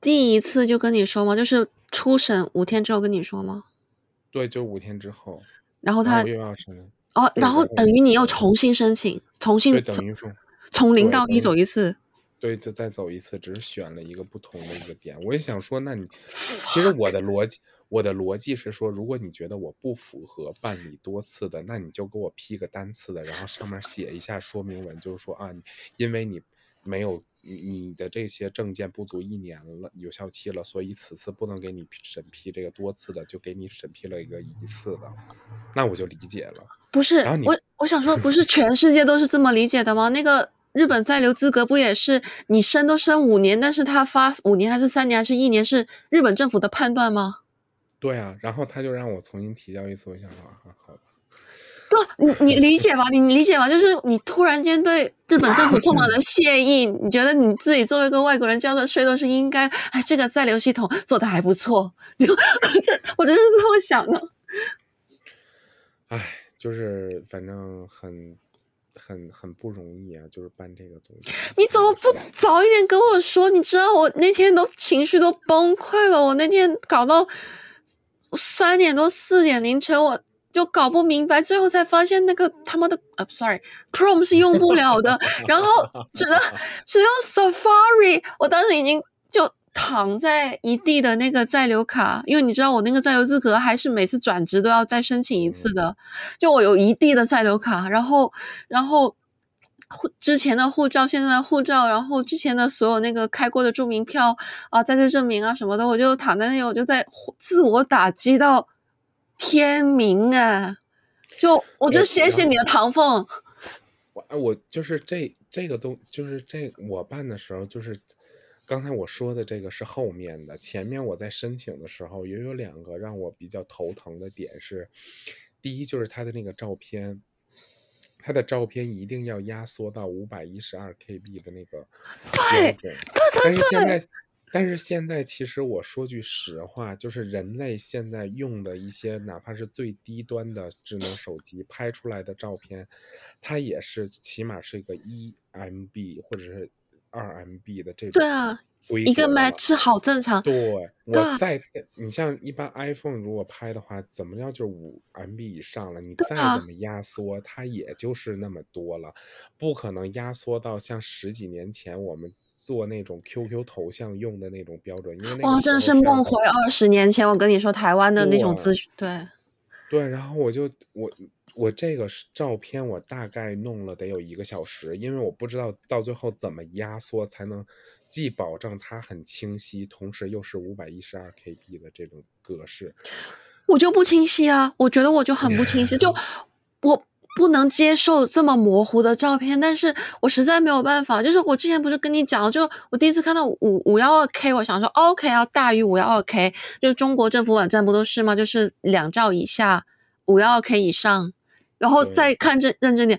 第一次就跟你说吗？就是初审5天之后跟你说吗？ 对，就5天之后， 然后他然后我又要申， 然对，然后后等于你又重新申请， 对，等于说， 从零对， 到一走一次。 对，就再走一次，只是选了一个不同的一个点。我也想说，那你其实我的逻辑是说，如果你觉得我不符合办理多次的，那你就给我批个单次的，然后上面写一下说明文，就是说啊，因为你没有你的这些证件不足1年了，有效期了，所以此次不能给你审批这个多次的，就给你审批了一次的，那我就理解了。 不是然后你我想说，不是全世界都是这么理解的吗？那个日本在留资格不也是你申都申5年，但是他发5年还是3年还是1年是日本政府的判断吗？ 对啊，然后他就让我重新提交一次，我想说啊，好吧。 对，你理解吗？你理解吗？就是你突然间对日本政府充满了谢意，你觉得你自己作为一个外国人交的税都是应该，哎，这个在留系统做的还不错，我真是这么想的。 唉，就是反正很不容易啊，就是办这个东西。 你怎么不早一点跟我说？你知道我那天都情绪都崩溃了，我那天搞到3点多4点凌晨，我就搞不明白，最后才发现那个他妈的Chrome 是用不了的，然后只用 Safari。我当时已经就躺在一地的那个在留卡，因为你知道我那个在留资格还是每次转职都要再申请一次的，就我有一地的在留卡，然后之前的护照，现在的护照，然后之前的所有那个开过的住民票啊、在职证明啊什么的，我就躺在那里，我就在自我打击到天明啊！我就谢谢你的唐凤。 我就是这个就是我办的时候，就是刚才我说的这个是后面的，前面我在申请的时候也有2个让我比较头疼的点是，第一就是他的那个照片。他的照片一定要压缩到512KB 的那个标准，但是现在其实我说句实话，就是人类现在用的一些哪怕是最低端的智能手机拍出来的照片，它也是起码是一个1MB 或者是2MB 的这种对啊， 规一个格了。 match 好正常。 对， 对啊， 你像一般 iPhone 如果拍的话，怎么着就是5MB 以上了，你再怎么压缩，它也就是那么多了，不可能压缩到像10几年前我们做那种 QQ 头像用的那种标准，因为那个哇， 时真的是候是要等。 梦回20年前，我跟你说台湾的那种资讯，对。 对，然后我这个照片我大概弄了得有1个小时，因为我不知道到最后怎么压缩才能既保证它很清晰，同时又是512KB 的这种格式。 我就不清晰啊，我觉得我就很不清晰，就我不能接受这么模糊的照片，但是我实在没有办法。就是我之前不是跟你讲，就我第一次看到512K，我想说 OK 要大于512K，就是中国政府网站不都是吗？就是2兆以下，512K 以上，然后再看认真点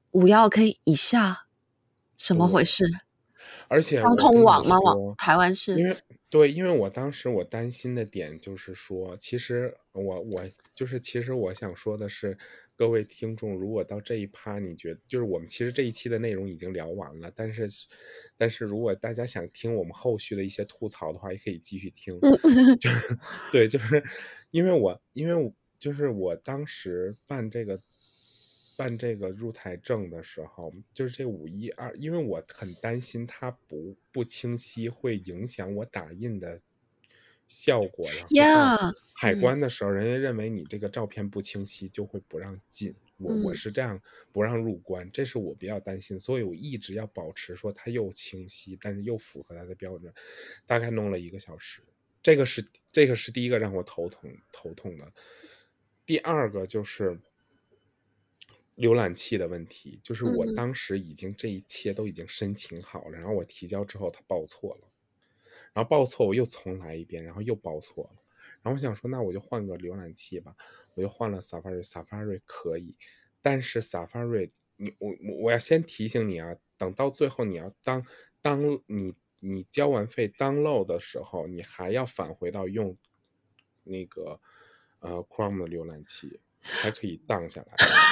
，512K 以下，什么回事？ 而且刚我跟你通网吗？ 说， 台湾是？ 因为我当时我担心的点就是说，其实我想说的是，各位听众，如果到这一趴，你觉得就是我们其实这一期的内容已经聊完了，但是如果大家想听我们后续的一些吐槽的话，也可以继续听。对，就是因为就是我当时办这个入台证的时候，就是这512，因为我很担心它不清晰会影响我打印的效果，然后到海关的时候，人家认为你这个照片不清晰，就会不让进。我是这样，不让入关，这是我比较担心，所以我一直要保持说它又清晰，但是又符合它的标准，大概弄了1个小时。这个是第一个让我头痛的。第2个就是浏览器的问题，就是我当时这一切都已经申请好了，然后我提交之后它报错了，然后报错我又重来一遍，然后又报错了，然后我想说那我就换个浏览器吧，我就换了 Safari 可以，但是 Safari 我要先提醒你啊，等到最后你要当你交完费 download 的时候，你还要返回到用那个Chrome 的浏览器才可以荡下来。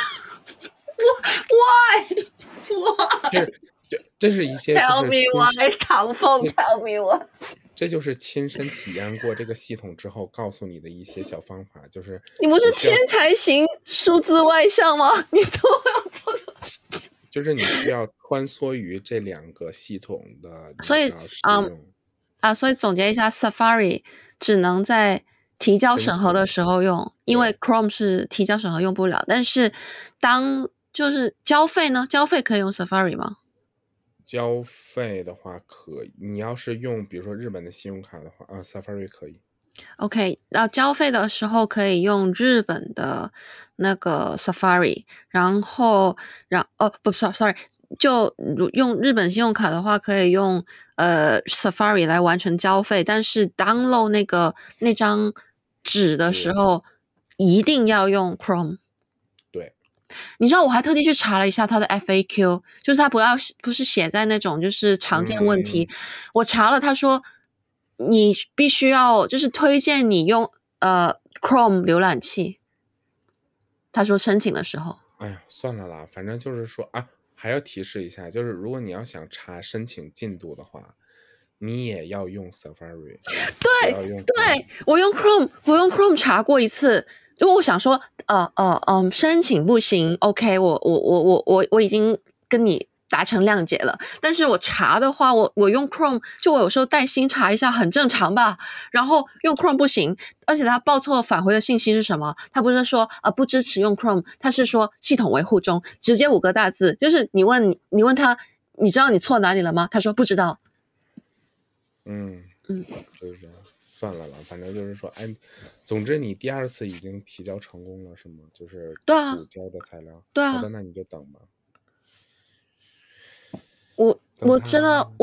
Why？ 这是一些 Tell me why，唐凤 Tell me why。 这就是亲身体验过这个系统之后告诉你的一些小方法，就是你不是你需要天才型数字外向吗？你怎么要做这种事情？ 就是你需要穿梭于这2个系统的，你所以要使用所以总结一下 Safari 只能在提交审核的时候用，因为 Chrome 是提交审核用不了。但是就是交费呢？交费可以用 Safari 吗？ 交费的话可以，你要是用比如说日本的信用卡的话Safari 可以。 OK，交费的时候可以用日本的那个 Safari，然后不是 sorry，就用日本信用卡的话，可以用Safari 来完成交费，但是 download 那张纸的时候一定要用 Chrome。 对， 你知道我还特地去查了一下它的 FAQ，就是它不是写在那种就是常见问题，我查了，他说你必须要就是推荐你用Chrome 浏览器。他说申请的时候， 哎呀，算了啦，反正就是说还要提示一下，就是如果你要想查申请进度的话，你也要用 Safari， 不要用 Chrome。 对，我用 Chrome 查过一次，就我想说，申请不行 ，OK，我已经跟你达成谅解了。但是我查的话，我用 Chrome， 就我有时候带薪查一下，很正常吧。然后用 Chrome 不行，而且他报错返回的信息是什么？他不是说不支持用 Chrome， 他是说系统维护中，直接5个大字，就是你问他，你知道你错哪里了吗？他说不知道。 就是这样，算了啦，反正就是说，总之你第2次已经提交成功了，是吗？就是补交的材料。 对啊。 好的，那你就等吧。 我真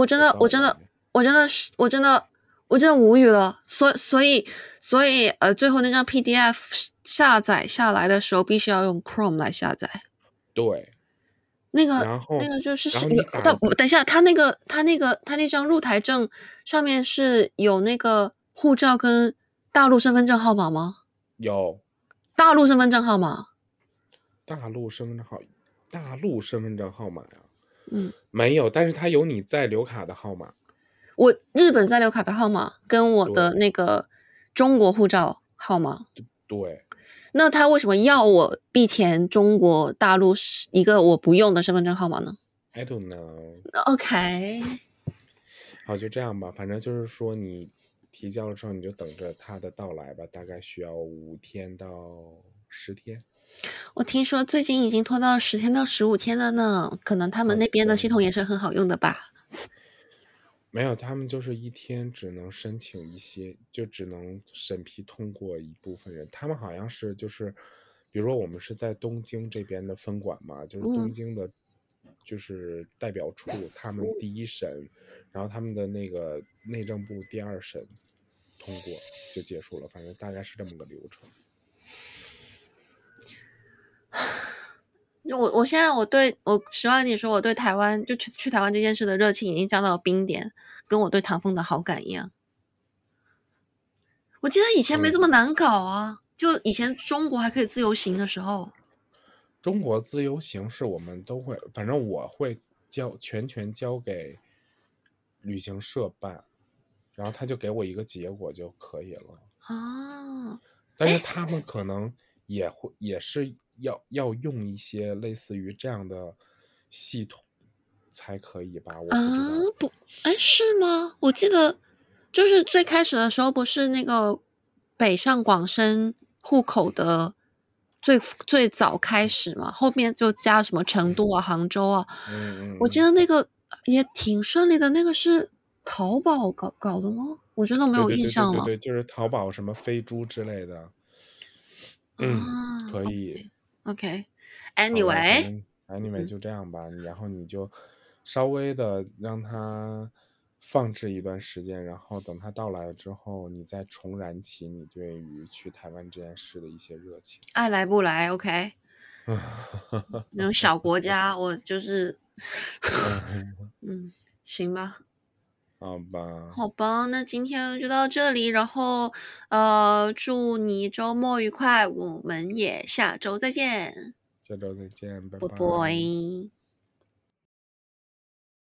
的无语了。所以最后那张 PDF 下载下来的时候，必须要用 Chrome 来下载。 对。 那个就是等一下，他那张入台证上面是有那个护照跟大陆身份证号码吗？ 有。 大陆身份证号码。 大陆身份证号码呀？没有，但是他有你在留卡的号码。 我日本在留卡的号码跟我的那个中国护照号码。 对。 那他为什么要我必填中国大陆一个我不用的身份证号码呢？ I don't know。 OK， 好，就这样吧，反正就是说你提交了之后，你就等着它的到来吧，大概需要5天到10天。 我听说最近已经拖到10天到15天了呢，可能他们那边的系统也是很好用的吧？ 没有，他们就是1天只能申请一些，就只能审批通过一部分人。他们好像是就是比如说我们是在东京这边的分管嘛，就是东京的就是代表处，他们第1审，然后他们的那个内政部第2审通过就结束了，反正大概是这么个流程。 我现在我实话跟你说，我对台湾就去台湾这件事的热情已经降到了冰点，跟我对唐凤的好感一样。我记得以前没这么难搞啊，就以前中国还可以自由行的时候。 中国自由行是我们都会，反正我会全权交给旅行社办，然后他就给我一个结果就可以了。但是他们可能也是要用一些类似于这样的系统才可以吧？我不知道。 是吗？我记得就是最开始的时候，不是那个北上广深户口的最早开始嘛，后面就加什么成都啊、杭州啊。我记得那个也挺顺利的，那个是淘宝搞的吗？我真的没有印象了。 对，就是淘宝什么飞猪之类的。可以。 OK，Anyway， 就这样吧，然后你就稍微的让它放置一段时间，然后等它到来了之后，你再重燃起你对于去台湾这件事的一些热情。 爱来不来 OK。 那种小国家我就是行吧。好吧，那今天就到这里，然后祝你周末愉快，我们也下周再见。 下周再见，拜拜拜。